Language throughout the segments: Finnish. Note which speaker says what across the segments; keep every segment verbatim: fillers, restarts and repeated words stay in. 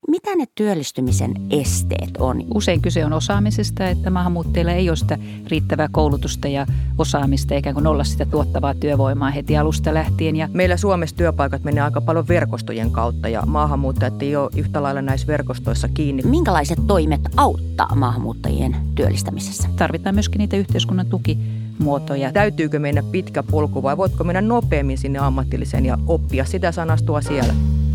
Speaker 1: mitä ne työllistymisen esteet on?
Speaker 2: Usein kyse on osaamisesta, että maahanmuuttajilla ei ole sitä riittävää koulutusta ja osaamista, eikä kuin olla sitä tuottavaa työvoimaa heti alusta lähtien. Ja
Speaker 3: meillä Suomessa työpaikat menee aika paljon verkostojen kautta ja maahanmuuttajat ei ole yhtä lailla näissä verkostoissa kiinni.
Speaker 1: Minkälaiset toimet auttaa maahanmuuttajien työllistämisessä?
Speaker 2: Tarvitaan myöskin niitä yhteiskunnan tukimuotoja.
Speaker 3: Täytyykö mennä pitkä polku vai voitko mennä nopeammin sinne ammatilliseen ja oppia sitä sanastua siellä?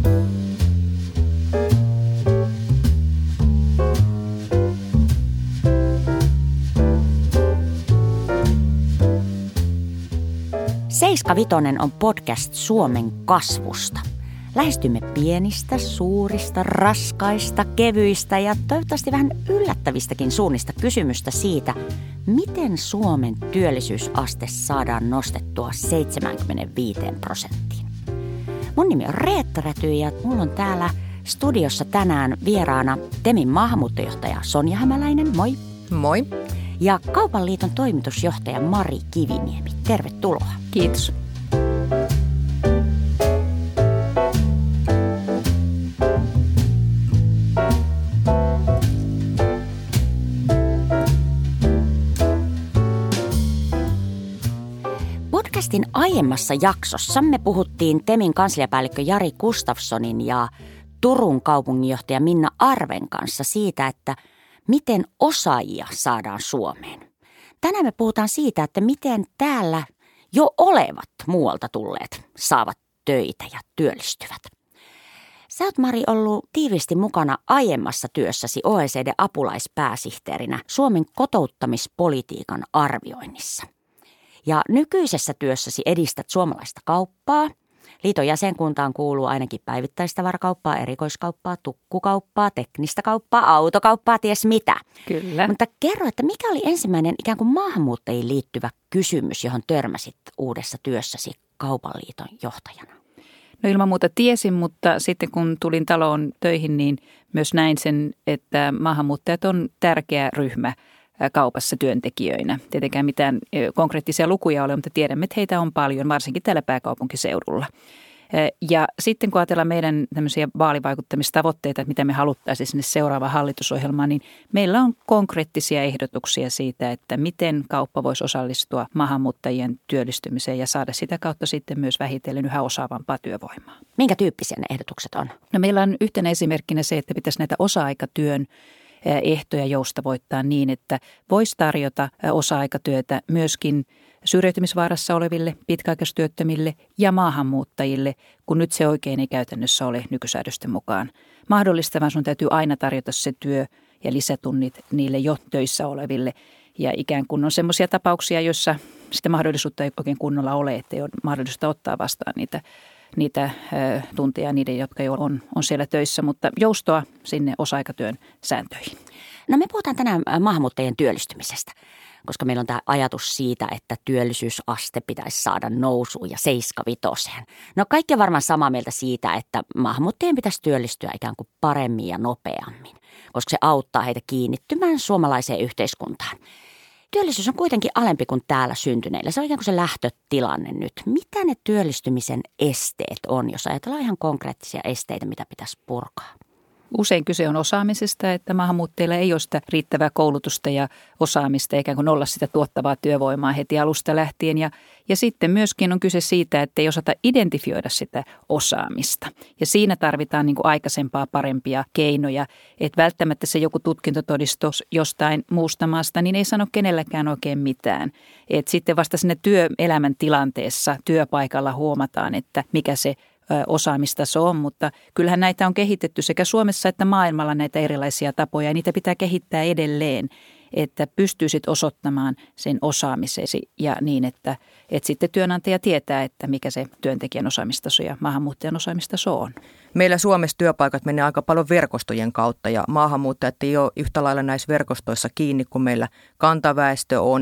Speaker 1: Seiska Vitonen on podcast Suomen kasvusta. Lähestymme pienistä, suurista, raskaista, kevyistä ja toivottavasti vähän yllättävistäkin suunnista kysymystä siitä, miten Suomen työllisyysaste saadaan nostettua seitsemänkymmentäviisi prosenttiin. Mun nimi on Reetta Räty ja mulla on täällä studiossa tänään vieraana Temin maahanmuuttojohtaja Sonja Hämäläinen, moi.
Speaker 3: Moi.
Speaker 1: Ja Kaupan liiton toimitusjohtaja Mari Kiviniemi. Tervetuloa.
Speaker 2: Kiitos.
Speaker 1: Podcastin aiemmassa jaksossa me puhuttiin Temin kansliapäällikkö Jari Gustafssonin ja Turun kaupunginjohtaja Minna Arven kanssa siitä, että miten osaajia saadaan Suomeen. Tänään me puhutaan siitä, että miten täällä jo olevat muualta tulleet saavat töitä ja työllistyvät. Sä oot, Mari, ollut tiiviisti mukana aiemmassa työssäsi O E C D-apulaispääsihteerinä Suomen kotouttamispolitiikan arvioinnissa. Ja nykyisessä työssäsi edistät suomalaista kauppaa. Liiton jäsenkuntaan kuuluu ainakin päivittäistavarakauppaa, erikoiskauppaa, tukkukauppaa, teknistä kauppaa, autokauppaa, ties mitä.
Speaker 2: Kyllä.
Speaker 1: Mutta kerro, että mikä oli ensimmäinen ikään kuin maahanmuuttajiin liittyvä kysymys, johon törmäsit uudessa työssäsi Kaupan liiton johtajana?
Speaker 2: No ilman muuta tiesin, mutta sitten kun tulin taloon töihin, niin myös näin sen, että maahanmuuttajat on tärkeä ryhmä kaupassa työntekijöinä. Tietenkään mitään konkreettisia lukuja ole, mutta tiedämme, että heitä on paljon, varsinkin täällä pääkaupunkiseudulla. Ja sitten kun ajatellaan meidän tämmöisiä vaalivaikuttamistavoitteita, että mitä me haluttaisiin sinne seuraavaan hallitusohjelmaan, niin meillä on konkreettisia ehdotuksia siitä, että miten kauppa voisi osallistua maahanmuuttajien työllistymiseen ja saada sitä kautta sitten myös vähitellen yhä osaavampaa työvoimaa.
Speaker 1: Minkä tyyppisiä ne ehdotukset on?
Speaker 2: No meillä on yhtenä esimerkkinä se, että pitäisi näitä osa-aikatyön ehtoja joustavoittaa niin, että voisi tarjota osa-aikatyötä myöskin syrjäytymisvaarassa oleville, pitkäaikaistyöttömille ja maahanmuuttajille, kun nyt se oikein ei käytännössä ole nykysäädösten mukaan mahdollista, vaan sun täytyy aina tarjota se työ ja lisätunnit niille jo töissä oleville. Ja ikään kuin on semmoisia tapauksia, joissa sitä mahdollisuutta ei oikein kunnolla ole, että ei ole mahdollista ottaa vastaan niitä niitä tunteja niiden, jotka jo on, on siellä töissä, mutta joustoa sinne osa-aikatyön sääntöihin.
Speaker 1: No me puhutaan tänään maahanmuuttajien työllistymisestä, koska meillä on tämä ajatus siitä, että työllisyysaste pitäisi saada nousuun ja seiska vitoseen. No kaikki on varmaan samaa mieltä siitä, että maahanmuuttajien pitäisi työllistyä ikään kuin paremmin ja nopeammin, koska se auttaa heitä kiinnittymään suomalaiseen yhteiskuntaan. Työllisyys on kuitenkin alempi kuin täällä syntyneillä. Se on ikään kuin se lähtötilanne nyt. Mitä ne työllistymisen esteet on, jos ajatellaan ihan konkreettisia esteitä, mitä pitäisi purkaa?
Speaker 2: Usein kyse on osaamisesta, että maahanmuuttajilla ei ole sitä riittävää koulutusta ja osaamista, eikä kuin olla sitä tuottavaa työvoimaa heti alusta lähtien. Ja, ja sitten myöskin on kyse siitä, että ei osata identifioida sitä osaamista. Ja siinä tarvitaan niin kuin aikaisempaa parempia keinoja, että välttämättä se joku tutkintotodistus jostain muusta maasta, niin ei sano kenelläkään oikein mitään. Et sitten vasta siinä työelämän tilanteessa, työpaikalla huomataan, että mikä se osaamistaso on, mutta kyllähän näitä on kehitetty sekä Suomessa että maailmalla näitä erilaisia tapoja ja niitä pitää kehittää edelleen, että pystyisit osoittamaan sen osaamisesi ja niin, että, että sitten työnantaja tietää, että mikä se työntekijän osaamistaso ja maahanmuuttajan osaamistaso on.
Speaker 3: Meillä Suomessa työpaikat menee aika paljon verkostojen kautta ja maahanmuuttajat ei ole yhtä lailla näissä verkostoissa kiinni kuin meillä kantaväestö on.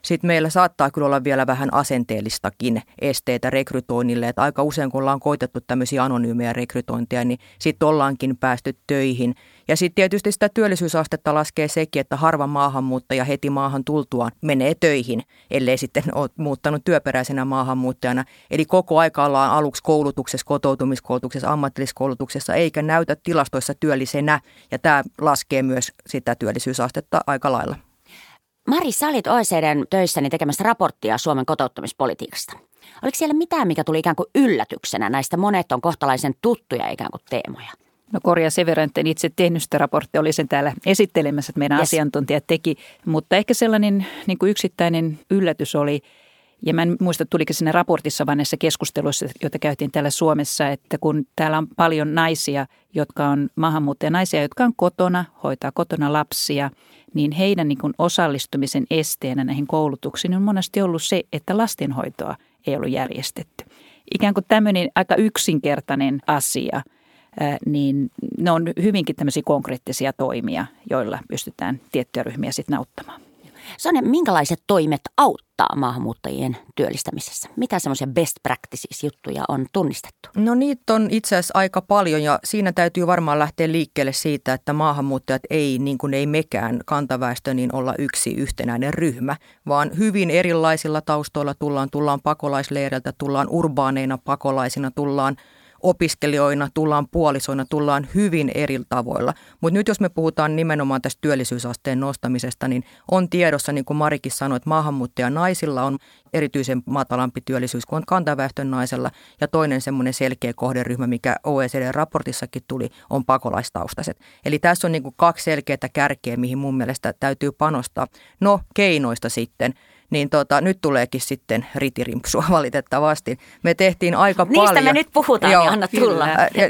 Speaker 3: Sitten meillä saattaa kyllä olla vielä vähän asenteellistakin esteitä rekrytoinnille, että aika usein kun ollaan koitettu tämmöisiä anonyymejä rekrytointeja, niin sitten ollaankin päästy töihin. Ja sitten tietysti sitä työllisyysastetta laskee sekin, että harva maahanmuuttaja heti maahan tultuaan menee töihin, ellei sitten ole muuttanut työperäisenä maahanmuuttajana. Eli koko aika ollaan aluksi koulutuksessa, kotoutumiskoulutuksessa, ammatillisessa koulutuksessa, eikä näytä tilastoissa työllisenä. Ja tämä laskee myös sitä työllisyysastetta aika lailla.
Speaker 1: Mari, sä olit O E C D:n töissäni tekemässä raporttia Suomen kotouttamispolitiikasta. Oliko siellä mitään, mikä tuli ikään kuin yllätyksenä? Näistä monet on kohtalaisen tuttuja ikään kuin teemoja.
Speaker 2: No korjaa sen verran, että en itse tehnyt sitä raporttia, oli sen täällä esittelemässä, että meidän yes. asiantuntijat teki. Mutta ehkä sellainen niin kuin yksittäinen yllätys oli, ja mä en muista tuliko siinä raportissa, vaan näissä keskusteluissa, joita käytiin täällä Suomessa, että kun täällä on paljon naisia, jotka on maahanmuuttajanaisia, jotka on kotona, hoitaa kotona lapsia, niin heidän niin kuin osallistumisen esteenä näihin koulutuksiin on monesti ollut se, että lastenhoitoa ei ollut järjestetty. Ikään kuin tämmöinen aika yksinkertainen asia, niin ne on hyvinkin tämmöisiä konkreettisia toimia, joilla pystytään tiettyjä ryhmiä sitten auttamaan.
Speaker 1: Sonja, minkälaiset toimet auttaa maahanmuuttajien työllistämisessä? Mitä semmoisia best practices-juttuja on tunnistettu?
Speaker 3: No niitä on itse asiassa aika paljon ja siinä täytyy varmaan lähteä liikkeelle siitä, että maahanmuuttajat ei, niin kuin ei mekään kantaväestö, niin olla yksi yhtenäinen ryhmä, vaan hyvin erilaisilla taustoilla tullaan, tullaan pakolaisleireiltä, tullaan urbaaneina pakolaisina, tullaan opiskelijoina, tullaan puolisoina, tullaan hyvin eri tavoilla. Mutta nyt jos me puhutaan nimenomaan tästä työllisyysasteen nostamisesta, niin on tiedossa, niin kuin Marikin sanoi, että maahanmuuttajanaisilla on erityisen matalampi työllisyys kuin kantaväestön naisella. Ja toinen semmoinen selkeä kohderyhmä, mikä O E C D-raportissakin tuli, on pakolaistaustaiset. Eli tässä on niin kuin kaksi selkeää kärkeä, mihin mun mielestä täytyy panostaa. No keinoista sitten. Niin tota, nyt tuleekin sitten ritirimpsua valitettavasti. Me tehtiin aika
Speaker 1: Niistä
Speaker 3: paljon.
Speaker 1: Niistä me nyt puhutaan, joo, niin anna tulla.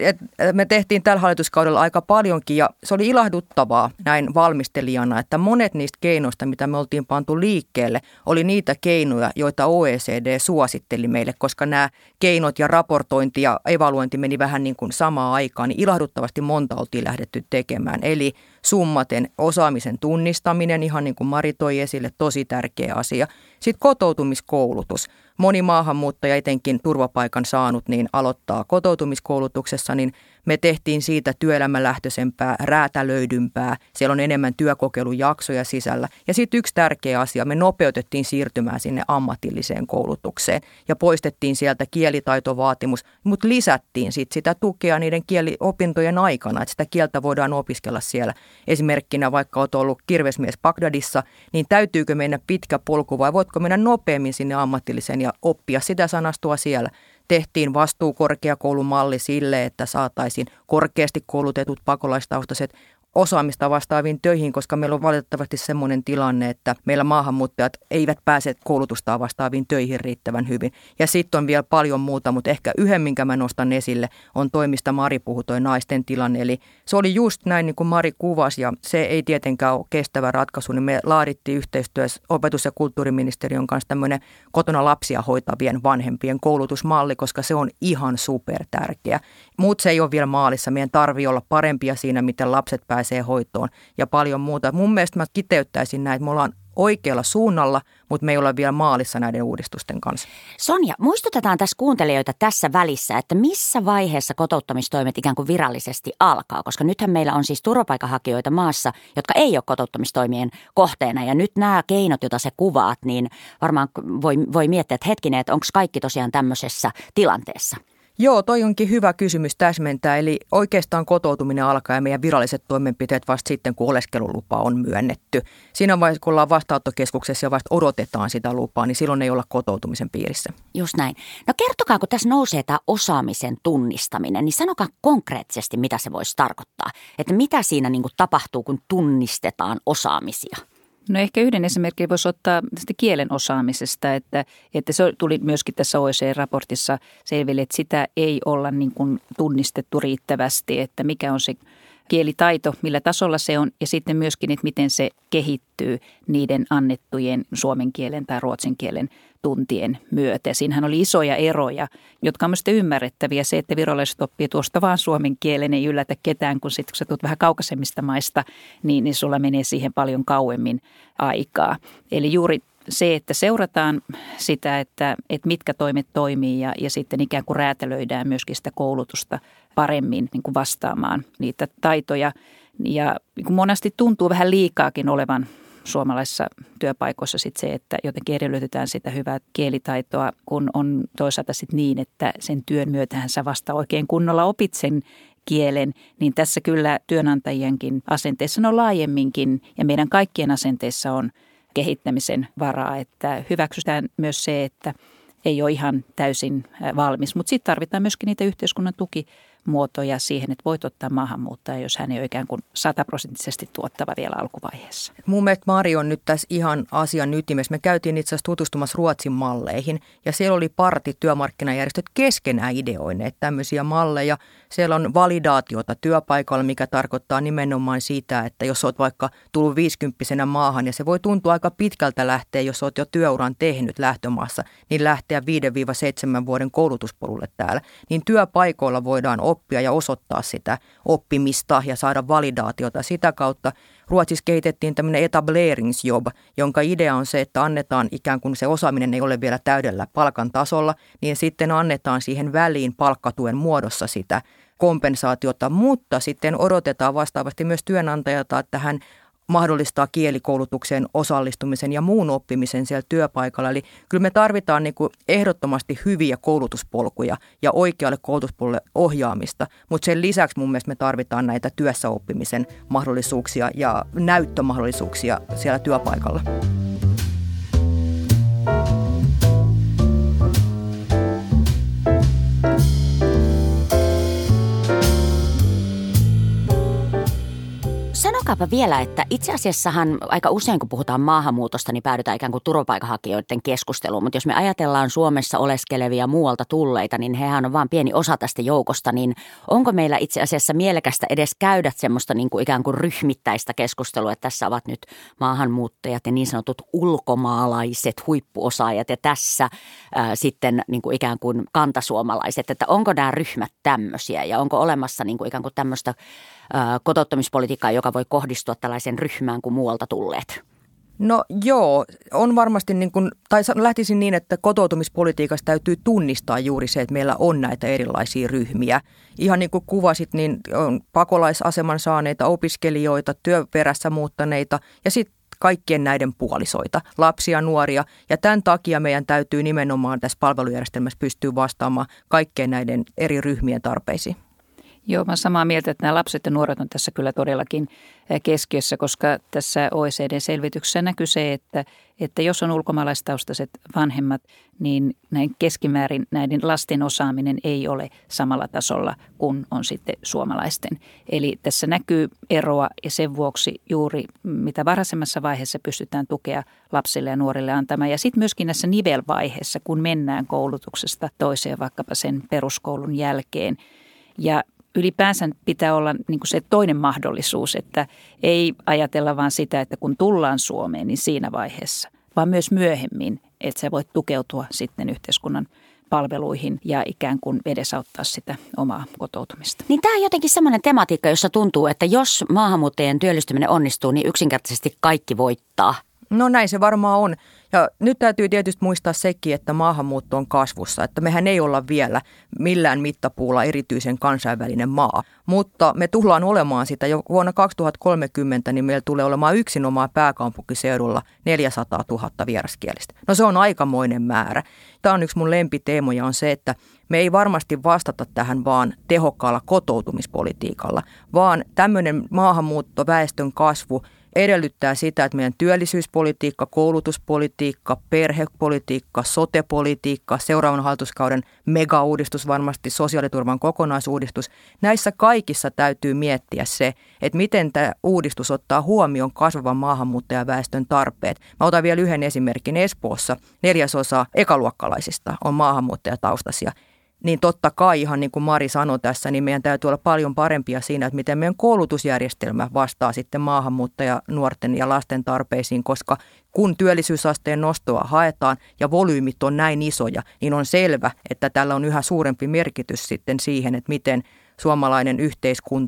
Speaker 3: Me tehtiin tällä hallituskaudella aika paljonkin ja se oli ilahduttavaa näin valmistelijana, että monet niistä keinoista, mitä me oltiin pantu liikkeelle, oli niitä keinoja, joita O E C D suositteli meille, koska nämä keinot ja raportointi ja evaluointi meni vähän niin kuin samaan aikaan, niin ilahduttavasti monta oltiin lähdetty tekemään. Eli summaten osaamisen tunnistaminen, ihan niin kuin Mari toi esille, tosi tärkeä asia. Sitten kotoutumiskoulutus. Moni maahanmuuttaja, etenkin turvapaikan saanut, niin aloittaa kotoutumiskoulutuksessa, niin me tehtiin siitä työelämälähtöisempää, räätälöidympää. Siellä on enemmän työkokeilujaksoja sisällä. Ja sitten yksi tärkeä asia, me nopeutettiin siirtymään sinne ammatilliseen koulutukseen ja poistettiin sieltä kielitaitovaatimus, mutta lisättiin sit sitä tukea niiden kieliopintojen aikana, että sitä kieltä voidaan opiskella siellä. Esimerkkinä vaikka olet ollut kirvesmies Bagdadissa, niin täytyykö mennä pitkä polku vai voitko mennä nopeammin sinne ammatilliseen ja oppia sitä sanastoa siellä. Tehtiin vastuukorkeakoulumalli sille, että saataisiin korkeasti koulutetut pakolaistaustaiset osaamista vastaaviin töihin, koska meillä on valitettavasti semmoinen tilanne, että meillä maahanmuuttajat eivät pääse koulutustaan vastaaviin töihin riittävän hyvin. Ja sitten on vielä paljon muuta, mutta ehkä yhden, minkä mä nostan esille, on toi, mistä Mari puhui, toi naisten tilanne. Eli se oli just näin, niin kuin Mari kuvasi, ja se ei tietenkään ole kestävä ratkaisu, niin me laadittiin yhteistyössä opetus- ja kulttuuriministeriön kanssa tämmöinen kotona lapsia hoitavien vanhempien koulutusmalli, koska se on ihan super tärkeä. Mutta se ei ole vielä maalissa. Meidän tarvii olla parempia siinä, miten lapset pääsevät hoitoon ja paljon muuta. Mun mielestä mä kiteyttäisin näin, että me ollaan oikealla suunnalla, mutta me ei olla vielä maalissa näiden uudistusten kanssa.
Speaker 1: Sonja, muistutetaan tässä kuuntelijoita tässä välissä, että missä vaiheessa kotouttamistoimet ikään kuin virallisesti alkaa, koska nythän meillä on siis turvapaikanhakijoita maassa, jotka ei ole kotouttamistoimien kohteena ja nyt nämä keinot, joita sä kuvaat, niin varmaan voi, voi miettiä, että hetkinen, että onko kaikki tosiaan tämmöisessä tilanteessa?
Speaker 3: Joo, toi onkin hyvä kysymys täsmentää, eli oikeastaan kotoutuminen alkaa ja meidän viralliset toimenpiteet vasta sitten, kun oleskelulupa on myönnetty. Siinä vaiheessa, kun ollaan vastaanottokeskuksessa ja vasta odotetaan sitä lupaa, niin silloin ei olla kotoutumisen piirissä.
Speaker 1: Just näin. No kertokaa, kun tässä nousee tämä osaamisen tunnistaminen, niin sanokaa konkreettisesti, mitä se voisi tarkoittaa. Että mitä siinä niin kuin tapahtuu, kun tunnistetaan osaamisia?
Speaker 2: No ehkä yhden esimerkin voisi ottaa tästä kielen osaamisesta, että, että se tuli myöskin tässä O E C D-raportissa selville, että sitä ei olla niin kuin tunnistettu riittävästi, että mikä on se kielitaito, millä tasolla se on ja sitten myöskin, että miten se kehittyy niiden annettujen suomen kielen tai ruotsin kielen tuntien myötä. Siinähän oli isoja eroja, jotka on myös ymmärrettäviä. Se, että virolaiset oppii tuosta vaan suomen kielen, ei yllätä ketään, kun sitten kun sä tulet vähän kaukaisemmista maista, niin, niin sulla menee siihen paljon kauemmin aikaa. Eli juuri se, että seurataan sitä, että, että mitkä toimet toimii ja, ja sitten ikään kuin räätälöidään myöskin sitä koulutusta paremmin niin kuin vastaamaan niitä taitoja. Ja niin kuin monesti tuntuu vähän liikaakin olevan suomalaisissa työpaikoissa sit se, että jotenkin edellytetään sitä hyvää kielitaitoa, kun on toisaalta sit niin, että sen työn myötähän sä vasta oikein kunnolla opit sen kielen, niin tässä kyllä työnantajienkin asenteessa on laajemminkin ja meidän kaikkien asenteissa on kehittämisen varaa, että hyväksytään myös se, että ei ole ihan täysin valmis, mutta sitten tarvitaan myöskin niitä yhteiskunnan tukimuotoja siihen, että voit ottaa maahanmuuttaja, jos hän ei ole ikään kuin sataprosenttisesti tuottava vielä alkuvaiheessa.
Speaker 3: Mun mielestä Mari on nyt tässä ihan asian ytimessä. Me käytiin itse asiassa tutustumassa Ruotsin malleihin ja siellä oli parti työmarkkinajärjestöt keskenään ideoineet tämmöisiä malleja. Siellä on validaatiota työpaikalla, mikä tarkoittaa nimenomaan sitä, että jos olet vaikka tullut viisikymppisenä maahan ja se voi tuntua aika pitkältä lähteä, jos olet jo työuran tehnyt lähtömaassa, niin lähteä viidestä seitsemään vuoden koulutuspolulle täällä, niin työpaikoilla voidaan oppia ja osoittaa sitä oppimista ja saada validaatiota. Sitä kautta Ruotsissa kehitettiin tämmöinen etableringsjob, jonka idea on se, että annetaan ikään kuin se osaaminen ei ole vielä täydellä palkan tasolla, niin sitten annetaan siihen väliin palkkatuen muodossa sitä kompensaatiota, mutta sitten odotetaan vastaavasti myös työnantajalta, että hän mahdollistaa kielikoulutukseen osallistumisen ja muun oppimisen siellä työpaikalla. Eli kyllä me tarvitaan niin kuin ehdottomasti hyviä koulutuspolkuja ja oikealle koulutuspolulle ohjaamista, mutta sen lisäksi mun mielestä me tarvitaan näitä työssäoppimisen mahdollisuuksia ja näyttömahdollisuuksia siellä työpaikalla.
Speaker 1: Sanokaapa vielä, että itse asiassahan aika usein kun puhutaan maahanmuutosta, niin päädytään ikään kuin turvapaikanhakijoiden keskusteluun. Mutta jos me ajatellaan Suomessa oleskelevia muualta tulleita, niin hehän on vain pieni osa tästä joukosta. Niin onko meillä itse asiassa mielekästä edes käydä semmoista niin kuin ikään kuin ryhmittäistä keskustelua, että tässä ovat nyt maahanmuuttajat ja niin sanotut ulkomaalaiset huippuosaajat ja tässä ää, sitten niin kuin ikään kuin kantasuomalaiset. Että onko nämä ryhmät tämmöisiä ja onko olemassa niin kuin ikään kuin tämmöistä kotouttamispolitiikkaa, joka voi kohdistua tällaisen ryhmään kuin muualta tulleet?
Speaker 3: No joo, on varmasti niin kuin, tai lähtisin niin, että kotoutumispolitiikassa täytyy tunnistaa juuri se, että meillä on näitä erilaisia ryhmiä. Ihan niin kuin kuvasit, niin on pakolaisaseman saaneita opiskelijoita, työperässä muuttaneita ja sitten kaikkien näiden puolisoita, lapsia, nuoria. Ja tämän takia meidän täytyy nimenomaan tässä palvelujärjestelmässä pystyä vastaamaan kaikkien näiden eri ryhmien tarpeisiin.
Speaker 2: Joo, mä olen samaa mieltä, että nämä lapset ja nuoret on tässä kyllä todellakin keskiössä, koska tässä O E C D-selvityksessä näkyy se, että, että jos on ulkomaalaistaustaiset vanhemmat, niin näin keskimäärin näiden lasten osaaminen ei ole samalla tasolla kuin on sitten suomalaisten. Eli tässä näkyy eroa ja sen vuoksi juuri mitä varhaisemmassa vaiheessa pystytään tukea lapsille ja nuorille antamaan. Ja sitten myöskin näissä nivelvaiheessa, kun mennään koulutuksesta toiseen vaikkapa sen peruskoulun jälkeen. Ja ylipäänsä pitää olla niin kuin se toinen mahdollisuus, että ei ajatella vaan sitä, että kun tullaan Suomeen, niin siinä vaiheessa, vaan myös myöhemmin, että sä voit tukeutua sitten yhteiskunnan palveluihin ja ikään kuin edesauttaa sitä omaa kotoutumista.
Speaker 1: Niin tämä on jotenkin semmoinen tematiikka, jossa tuntuu, että jos maahanmuuttajien työllistyminen onnistuu, niin yksinkertaisesti kaikki voittaa.
Speaker 3: No näin se varmaan on. Ja nyt täytyy tietysti muistaa sekin, että maahanmuutto on kasvussa, että mehän ei olla vielä millään mittapuulla erityisen kansainvälinen maa. Mutta me tullaan olemaan sitä jo vuonna kaksituhattakolmekymmentä, niin meillä tulee olemaan yksinomaan pääkaupunkiseudulla neljäsataatuhatta vieraskielistä. No se on aikamoinen määrä. Tämä on yksi mun lempiteemoja on se, että me ei varmasti vastata tähän vaan tehokkaalla kotoutumispolitiikalla, vaan tämmöinen maahanmuuttoväestön kasvu edellyttää sitä, että meidän työllisyyspolitiikka, koulutuspolitiikka, perhepolitiikka, sote-politiikka, seuraavan hallituskauden mega-uudistus, varmasti sosiaaliturvan kokonaisuudistus. Näissä kaikissa täytyy miettiä se, että miten tämä uudistus ottaa huomioon kasvavan maahanmuuttajaväestön tarpeet. Mä otan vielä yhden esimerkin. Espoossa neljäsosa ekaluokkalaisista on maahanmuuttajataustaisia. Niin totta kai, ihan niin kuin Mari sanoi tässä, niin meidän täytyy olla paljon parempia siinä, että miten meidän koulutusjärjestelmä vastaa sitten maahanmuuttaja nuorten ja lasten tarpeisiin, koska kun työllisyysasteen nostoa haetaan ja volyymit on näin isoja, niin on selvä, että tällä on yhä suurempi merkitys sitten siihen, että miten suomalainen yhteiskunta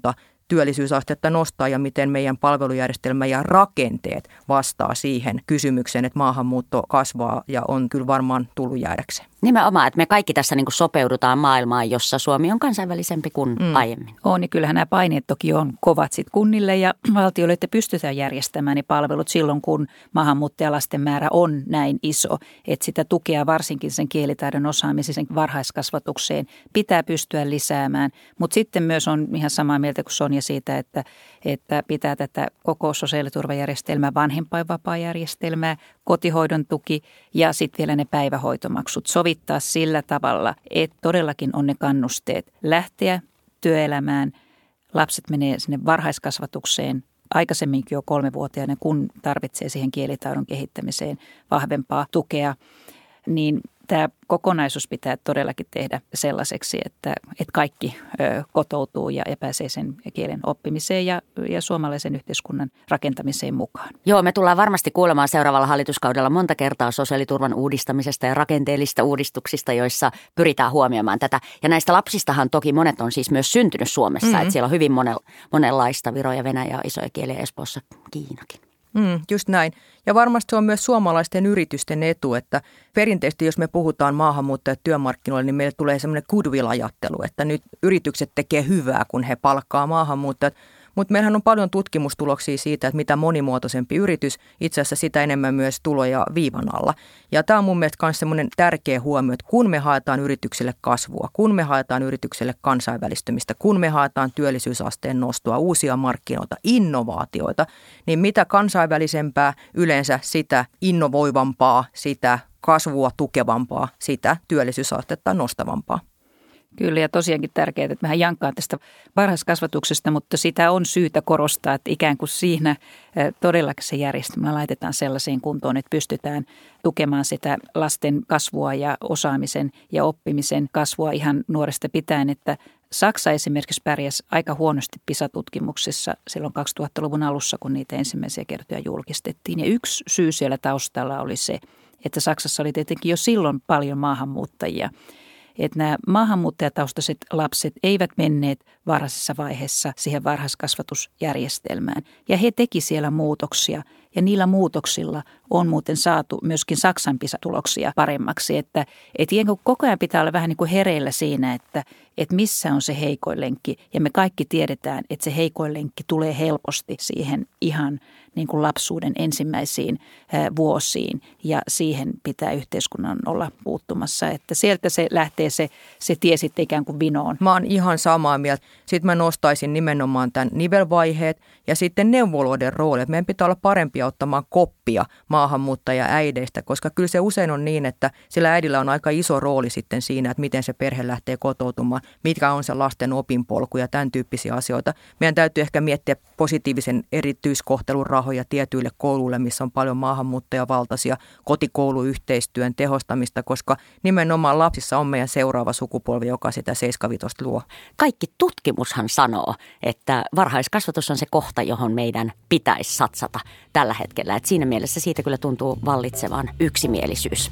Speaker 3: työllisyysastetta nostaa ja miten meidän palvelujärjestelmä ja rakenteet vastaa siihen kysymykseen, että maahanmuutto kasvaa ja on kyllä varmaan tullut jäädäkseen.
Speaker 1: Nimenomaan, että me kaikki tässä niin kuin sopeudutaan maailmaan, jossa Suomi on kansainvälisempi kuin mm. aiemmin.
Speaker 2: On, niin kyllähän nämä paineet toki on kovat sit kunnille ja valtioille, että pystytään järjestämään ne palvelut silloin, kun maahanmuuttajalasten määrä on näin iso. Että sitä tukea varsinkin sen kielitaidon osaamisen, sen varhaiskasvatukseen pitää pystyä lisäämään. Mutta sitten myös on ihan samaa mieltä kuin Sonja siitä, että, että pitää tätä koko sosiaaliturvajärjestelmää, vanhempainvapaajärjestelmää, kotihoidon tuki ja sitten vielä ne päivähoitomaksut sovittaa sillä tavalla, että todellakin on ne kannusteet lähteä työelämään. Lapset menee sinne varhaiskasvatukseen aikaisemminkin jo kolmevuotiaana, kun tarvitsee siihen kielitaidon kehittämiseen vahvempaa tukea, niin tämä kokonaisuus pitää todellakin tehdä sellaiseksi, että, että kaikki ö, kotoutuu ja, ja pääsee sen kielen oppimiseen ja, ja suomalaisen yhteiskunnan rakentamiseen mukaan.
Speaker 1: Joo, me tullaan varmasti kuulemaan seuraavalla hallituskaudella monta kertaa sosiaaliturvan uudistamisesta ja rakenteellisista uudistuksista, joissa pyritään huomioimaan tätä. Ja näistä lapsistahan toki monet on siis myös syntynyt Suomessa, mm-hmm. että siellä on hyvin monenlaista, Viro ja Venäjä, isoja kieliä, Espoossa Kiinakin.
Speaker 3: Mm, just näin. Ja varmasti se on myös suomalaisten yritysten etu, että perinteisesti jos me puhutaan maahanmuuttajat työmarkkinoille, niin meille tulee semmoinen goodwill-ajattelu, että nyt yritykset tekee hyvää, kun he palkkaa maahanmuuttajat. Mutta meillähän on paljon tutkimustuloksia siitä, että mitä monimuotoisempi yritys, itse asiassa sitä enemmän myös tuloja viivan alla. Ja tämä on mun mielestä myös semmoinen tärkeä huomio, että kun me haetaan yrityksille kasvua, kun me haetaan yrityksille kansainvälistymistä, kun me haetaan työllisyysasteen nostoa, uusia markkinoita, innovaatioita, niin mitä kansainvälisempää yleensä sitä innovoivampaa, sitä kasvua tukevampaa, sitä työllisyysastetta nostavampaa.
Speaker 2: Kyllä ja tosiaankin tärkeää, että mehän jankkaan tästä varhaiskasvatuksesta, mutta sitä on syytä korostaa, että ikään kuin siinä todellakin se järjestelmä laitetaan sellaiseen kuntoon, että pystytään tukemaan sitä lasten kasvua ja osaamisen ja oppimisen kasvua ihan nuoresta pitäen, että Saksa esimerkiksi pärjäsi aika huonosti PISA-tutkimuksissa silloin kaksituhattaluvun alussa, kun niitä ensimmäisiä kertoja julkistettiin. Ja yksi syy siellä taustalla oli se, että Saksassa oli tietenkin jo silloin paljon maahanmuuttajia. Että nämä maahanmuuttajataustaiset lapset eivät menneet varhaisessa vaiheessa siihen varhaiskasvatusjärjestelmään. Ja he teki siellä muutoksia ja niillä muutoksilla on muuten saatu myöskin Saksan PISA-tuloksia paremmaksi. Että et koko ajan pitää olla vähän niin kuin hereillä siinä, että et missä on se heikoin lenkki. Ja me kaikki tiedetään, että se heikoin lenkki tulee helposti siihen ihan niin kuin lapsuuden ensimmäisiin vuosiin ja siihen pitää yhteiskunnan olla puuttumassa. Että sieltä se lähtee se, se tie sitten ikään kuin vinoon.
Speaker 3: Mä oon ihan samaa mieltä. Sitten mä nostaisin nimenomaan tämän nivelvaiheet ja sitten neuvoloiden rooli. Meidän pitää olla parempia ottamaan koppia maahanmuuttaja-äideistä, koska kyllä se usein on niin, että sillä äidillä on aika iso rooli sitten siinä, että miten se perhe lähtee kotoutumaan, mitkä on se lasten opinpolku ja tämän tyyppisiä asioita. Meidän täytyy ehkä miettiä positiivisen erityiskohtelun rahoja tietyille kouluille, missä on paljon maahanmuuttajavaltaisia, kotikouluyhteistyön tehostamista, koska nimenomaan lapsissa on meidän seuraava sukupolvi, joka sitä seiskavitosta luo.
Speaker 1: Kaikki tutkimushan sanoo, että varhaiskasvatus on se kohta, johon meidän pitäisi satsata tällä hetkellä. Et siinä mielessä siitä kyllä tuntuu vallitsevan yksimielisyys.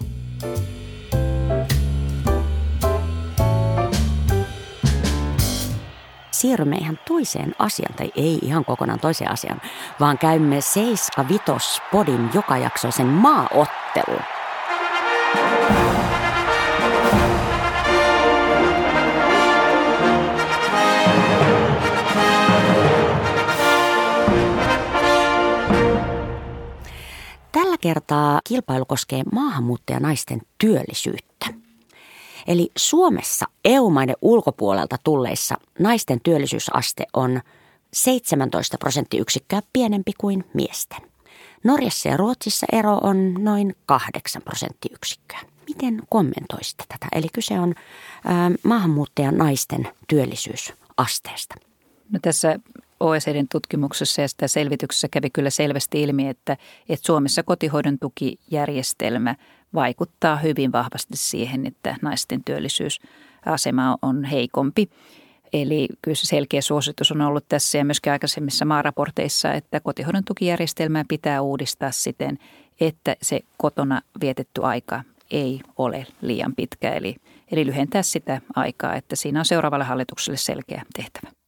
Speaker 1: Siirrymme ihan toiseen asiaan, tai ei ihan kokonaan toiseen asiaan, vaan käymme Seiska Vitos Podin jokajaksoisen maaottelun. Tällä kertaa kilpailu koskee maahanmuuttajanaisten työllisyyttä. Eli Suomessa E U-maiden ulkopuolelta tulleissa naisten työllisyysaste on seitsemäntoista prosenttiyksikköä pienempi kuin miesten. Norjassa ja Ruotsissa ero on noin kahdeksan prosenttiyksikköä. Miten kommentoisitte tätä? Eli kyse on ää, maahanmuuttajan naisten työllisyysasteesta.
Speaker 2: No tässä O E C D:n tutkimuksessa ja sitä selvityksessä kävi kyllä selvästi ilmi, että, että Suomessa kotihoidon tukijärjestelmä vaikuttaa hyvin vahvasti siihen, että naisten työllisyysasema on heikompi. Eli kyllä se selkeä suositus on ollut tässä ja myöskin aikaisemmissa maaraporteissa, että kotihoidon tukijärjestelmää pitää uudistaa siten, että se kotona vietetty aika ei ole liian pitkä. Eli, eli lyhentää sitä aikaa, että siinä on seuraavalle hallitukselle selkeä tehtävä.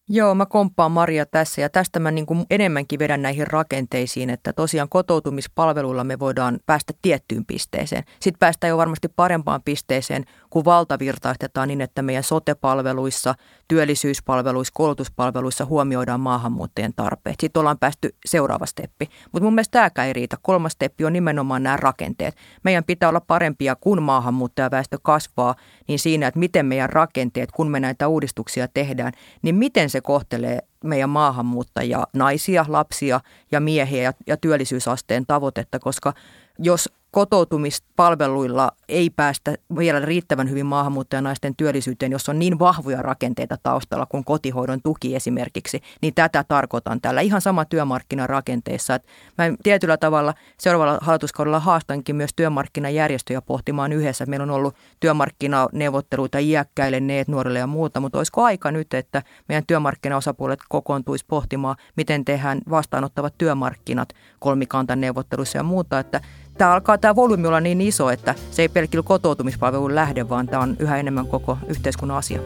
Speaker 3: Joo, mä komppaan Maria tässä ja tästä mä niin kuin enemmänkin vedän näihin rakenteisiin, että tosiaan kotoutumispalveluilla me voidaan päästä tiettyyn pisteeseen. Sitten päästään jo varmasti parempaan pisteeseen, kun valtavirtaistetaan niin, että meidän sote-palveluissa, työllisyyspalveluissa, koulutuspalveluissa huomioidaan maahanmuuttajien tarpeet. Sitten ollaan päästy seuraava steppi. Mutta mun mielestä tämäkään ei riitä. Kolmas steppi on nimenomaan nämä rakenteet. Meidän pitää olla parempia, kun maahanmuuttajaväestö kasvaa, niin siinä, että miten meidän rakenteet, kun me näitä uudistuksia tehdään, niin miten se kohtelee meidän maahanmuuttajia, naisia, lapsia ja miehiä ja, ja työllisyysasteen tavoitetta, koska jos kotoutumispalveluilla ei päästä vielä riittävän hyvin maahanmuuttajanaisten työllisyyteen, jos on niin vahvoja rakenteita taustalla kuin kotihoidon tuki esimerkiksi, niin tätä tarkoitan tällä ihan sama työmarkkinarakenteessa. Että mä tietyllä tavalla seuraavalla hallituskaudella haastankin myös työmarkkinajärjestöjä pohtimaan yhdessä. Meillä on ollut työmarkkinaneuvotteluita iäkkäille, neet, nuorille ja muuta, mutta olisiko aika nyt, että meidän työmarkkinaosapuolet kokoontuisi pohtimaan, miten tehdään vastaanottavat työmarkkinat kolmikantaneuvotteluissa ja muuta, että Tämä alkaa tämä volyymi olla niin iso, että se ei pelkillä kotoutumispalvelun lähde, vaan tämä on yhä enemmän koko yhteiskunnan asia.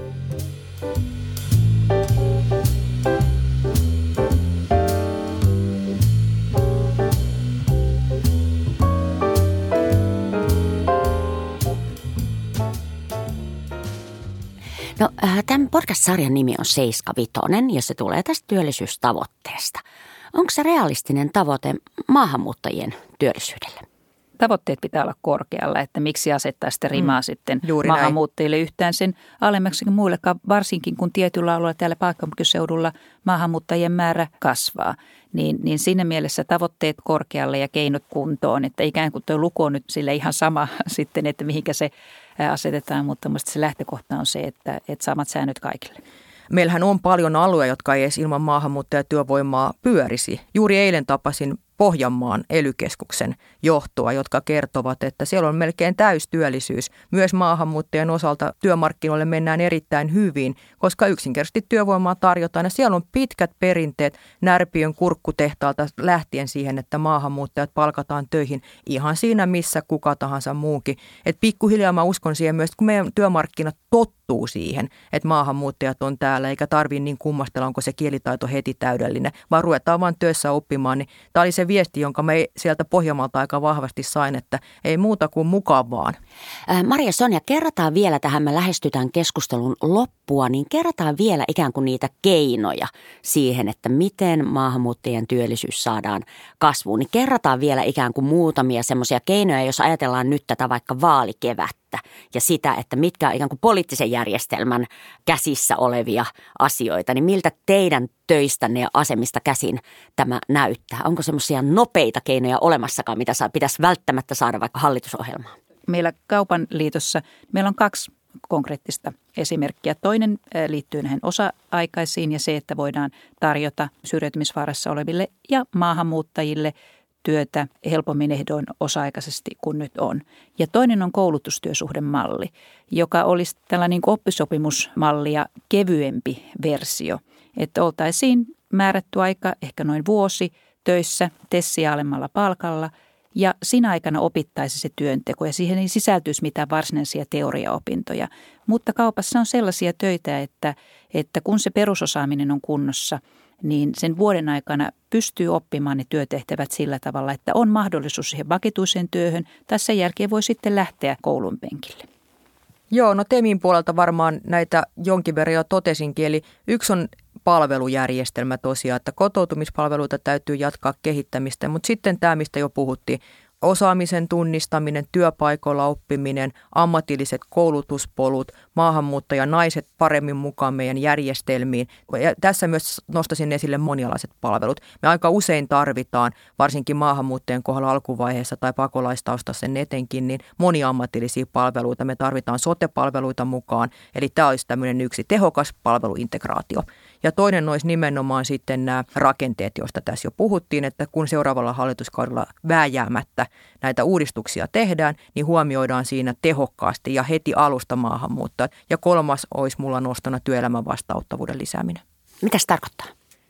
Speaker 1: No, tämän podcast-sarjan nimi on Seiska Vitonen ja se tulee tästä työllisyystavoitteesta. Onko se realistinen tavoite maahanmuuttajien työllisyydelle?
Speaker 2: Tavoitteet pitää olla korkealla, että miksi asettaa sitä rimaa mm, sitten maahanmuuttajille näin. Yhtään sen alemmaksi kuin muillekaan, varsinkin kun tietyllä alueella täällä pääkaupunkiseudulla maahanmuuttajien määrä kasvaa. Niin, niin siinä mielessä tavoitteet korkealle ja keinot kuntoon, että ikään kuin tuo luku on nyt sille ihan sama sitten, että mihinkä se asetetaan, mutta mielestäni se lähtökohta on se, että, että samat säännöt kaikille.
Speaker 3: Meillähän on paljon alueita, jotka ei edes ilman maahanmuuttajatyövoimaa pyörisi. Juuri eilen tapasin Pohjanmaan E L Y-keskuksen johtoa, jotka kertovat, että siellä on melkein täystyöllisyys. Myös maahanmuuttajien osalta työmarkkinoille mennään erittäin hyvin, koska yksinkertaisesti työvoimaa tarjotaan. Ja siellä on pitkät perinteet Närpiön kurkkutehtaalta lähtien siihen, että maahanmuuttajat palkataan töihin ihan siinä, missä kuka tahansa muukin. Et pikkuhiljaa mä uskon siihen myös, kun meidän työmarkkinat tottuu siihen, että maahanmuuttajat on täällä, eikä tarvitse niin kummastella, onko se kielitaito heti täydellinen, vaan ruvetaan vaan työssä oppimaan. Niin tämä oli se viesti, jonka me sieltä Pohjanmaalta aika vahvasti sain, että ei muuta kuin mukaan vaan.
Speaker 1: Maria Sonja, kerrataan vielä tähän, me lähestytään keskustelun loppua, niin kerrataan vielä ikään kuin niitä keinoja siihen, että miten maahanmuuttajien työllisyys saadaan kasvuun. Niin kerrataan vielä ikään kuin muutamia semmoisia keinoja, jos ajatellaan nyt tätä vaikka vaalikevättä ja sitä, että mitkä on ikään kuin poliittisen järjestelmän käsissä olevia asioita, niin miltä teidän töistänne ja asemista käsin tämä näyttää? Onko semmoisia nopeita keinoja olemassakaan, mitä saa, pitäisi välttämättä saada vaikka hallitusohjelmaan? Meillä
Speaker 2: Kaupan liitossa meillä on kaksi konkreettista esimerkkiä. Toinen liittyy näihin osa-aikaisiin ja se, että voidaan tarjota syrjäytymisvaarassa oleville ja maahanmuuttajille työtä helpommin ehdoin osa-aikaisesti kuin nyt on. Ja toinen on koulutustyösuhdemalli, joka olisi tällainen oppisopimusmalli ja kevyempi versio. Että oltaisiin määrätty aika, ehkä noin vuosi, töissä tessiä alemmalla palkalla ja siinä aikana opittaisi se työnteko ja siihen ei sisältyisi mitään varsinaisia teoriaopintoja. Mutta kaupassa on sellaisia töitä, että, että kun se perusosaaminen on kunnossa, niin sen vuoden aikana pystyy oppimaan ne työtehtävät sillä tavalla, että on mahdollisuus siihen vakituiseen työhön tai sen jälkeen voi sitten lähteä koulun penkille.
Speaker 3: Joo, no Temin puolelta varmaan näitä jonkin verran jo totesinkin, eli yksi on palvelujärjestelmä tosiaan, että kotoutumispalveluita täytyy jatkaa kehittämistä, mutta sitten tämä, mistä jo puhuttiin, osaamisen tunnistaminen, työpaikoilla oppiminen, ammatilliset koulutuspolut, maahanmuuttajanaiset paremmin mukaan meidän järjestelmiin. Ja tässä myös nostaisin esille monialaiset palvelut. Me aika usein tarvitaan, varsinkin maahanmuuttajien kohdalla alkuvaiheessa tai pakolaistaustassa etenkin, niin moniammatillisia palveluita. Me tarvitaan sote-palveluita mukaan, eli tämä olisi tämmöinen yksi tehokas palveluintegraatio. Ja toinen olisi nimenomaan sitten nämä rakenteet, joista tässä jo puhuttiin, että kun seuraavalla hallituskaudella vääjäämättä näitä uudistuksia tehdään, niin huomioidaan siinä tehokkaasti ja heti alusta maahanmuuttajat. Ja kolmas olisi mulla nostona työelämän vastaanottavuuden lisääminen.
Speaker 1: Mitä se tarkoittaa?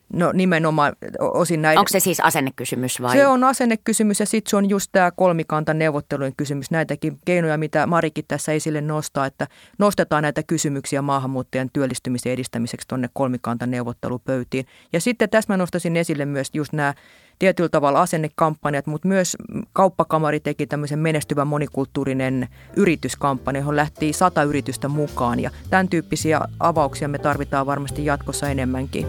Speaker 3: No nimenomaan osin näitä.
Speaker 1: Onko se siis asennekysymys vai?
Speaker 3: Se on asennekysymys ja sitten se on just tämä kolmikantan neuvottelujen kysymys. Näitäkin keinoja, mitä Marikin tässä esille nostaa, että nostetaan näitä kysymyksiä maahanmuuttajien työllistymisen edistämiseksi tuonne kolmikantan neuvottelupöytiin. Ja sitten tässä mä nostaisin esille myös just nämä tietyllä tavalla asennekampanjat, mutta myös Kauppakamari teki tämmöisen menestyvän monikulttuurinen yrityskampanja, johon lähti sata yritystä mukaan. Ja tämän tyyppisiä avauksia me tarvitaan varmasti jatkossa enemmänkin.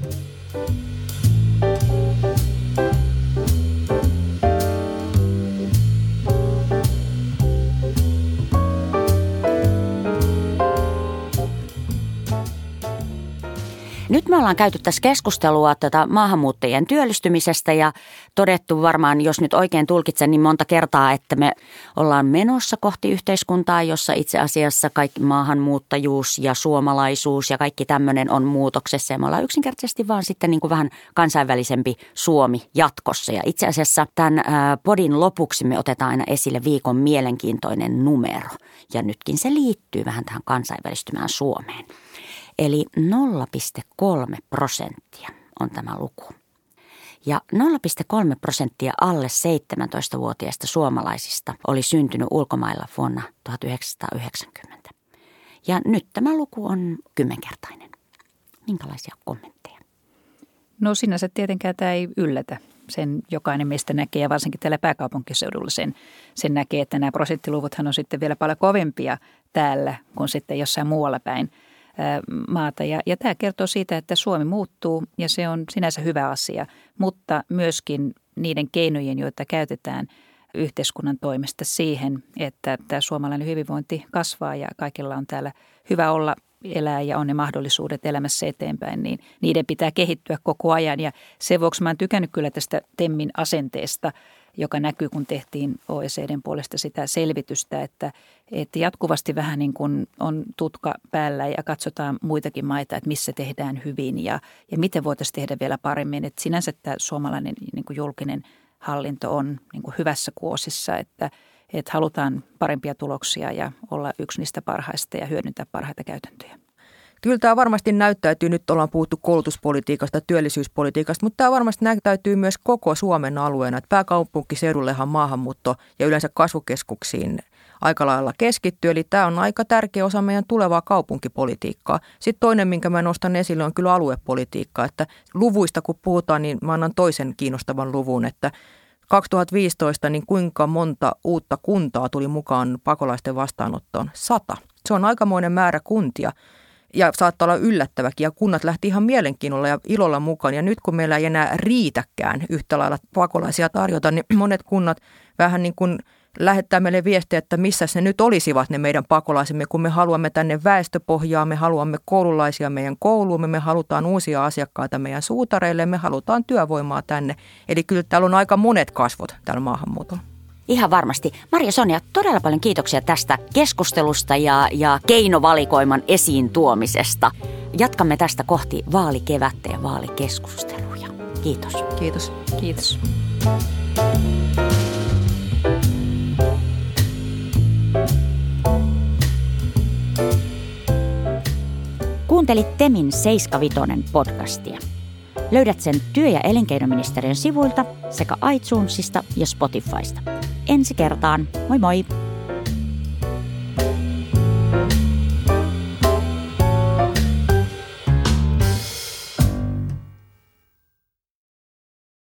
Speaker 1: Nyt me ollaan käyty tässä keskustelua tätä maahanmuuttajien työllistymisestä ja todettu varmaan, jos nyt oikein tulkitsen, niin monta kertaa, että me ollaan menossa kohti yhteiskuntaa, jossa itse asiassa kaikki maahanmuuttajuus ja suomalaisuus ja kaikki tämmöinen on muutoksessa. Ja me ollaan yksinkertaisesti vaan sitten niin kuin vähän kansainvälisempi Suomi jatkossa. Ja itse asiassa tämän podin lopuksi me otetaan aina esille viikon mielenkiintoinen numero. Ja nytkin se liittyy vähän tähän kansainvälistymään Suomeen. Eli nolla pilkku kolme prosenttia on tämä luku. Ja nolla pilkku kolme prosenttia alle seitsemäntoistavuotiaista suomalaisista oli syntynyt ulkomailla vuonna tuhatyhdeksänsataayhdeksänkymmentä. Ja nyt tämä luku on kymmenkertainen. Minkälaisia kommentteja?
Speaker 2: No sinänsä tietenkään tämä ei yllätä. Sen jokainen meistä näkee ja varsinkin täällä pääkaupunkiseudulla sen, sen näkee, että nämä prosenttiluvuthan on sitten vielä paljon kovempia täällä kuin sitten jossain muualla päin maata. Ja, ja tämä kertoo siitä, että Suomi muuttuu ja se on sinänsä hyvä asia, mutta myöskin niiden keinojen, joita käytetään yhteiskunnan toimesta siihen, että tämä suomalainen hyvinvointi kasvaa ja kaikilla on täällä hyvä olla, elää ja on ne mahdollisuudet elämässä eteenpäin, niin niiden pitää kehittyä koko ajan. Ja sen vuoksi mä oon tykännyt kyllä tästä TEMin asenteesta, joka näkyy, kun tehtiin O E C D:n puolesta sitä selvitystä, että, että jatkuvasti vähän niin kuin on tutka päällä ja katsotaan muitakin maita, että missä tehdään hyvin ja, ja miten voitaisiin tehdä vielä paremmin. Että sinänsä tämä suomalainen niin kuin julkinen hallinto on niin kuin hyvässä kuosissa, että, että halutaan parempia tuloksia ja olla yksi niistä parhaista ja hyödyntää parhaita käytäntöjä.
Speaker 3: Kyllä tämä varmasti näyttäytyy, nyt ollaan puhuttu koulutuspolitiikasta, työllisyyspolitiikasta, mutta tämä varmasti näyttäytyy myös koko Suomen alueena. Että pääkaupunkiseudullehan maahanmuutto ja yleensä kasvukeskuksiin aika lailla keskittyy, eli tämä on aika tärkeä osa meidän tulevaa kaupunkipolitiikkaa. Sitten toinen, minkä mä nostan esille, on kyllä aluepolitiikka, että luvuista kun puhutaan, niin mä annan toisen kiinnostavan luvun, että kaksituhattaviisitoista niin kuinka monta uutta kuntaa tuli mukaan pakolaisten vastaanottoon? Sata. Se on aikamoinen määrä kuntia. Ja saattaa olla yllättäväkin ja kunnat lähti ihan mielenkiinnolla ja ilolla mukaan. Ja nyt kun meillä ei enää riitäkään yhtä lailla pakolaisia tarjota, niin monet kunnat vähän niin kuin lähettää meille viestiä, että missä ne nyt olisivat ne meidän pakolaisemme, kun me haluamme tänne väestöpohjaa, me haluamme koululaisia meidän kouluumme, me halutaan uusia asiakkaita meidän suutareille, me halutaan työvoimaa tänne. Eli kyllä täällä on aika monet kasvot täällä maahanmuutolla.
Speaker 1: Ihan varmasti. Maria-Sonja, todella paljon kiitoksia tästä keskustelusta ja, ja keinovalikoiman esiin tuomisesta. Jatkamme tästä kohti vaalikevättä ja vaalikeskusteluja. Kiitos.
Speaker 3: Kiitos.
Speaker 2: Kiitos.
Speaker 1: Kuuntelit TEMin seiskavitonen podcastia. Löydät sen työ- ja elinkeinoministeriön sivuilta sekä iTunesista ja Spotifysta. Ensi kertaan. Moi moi!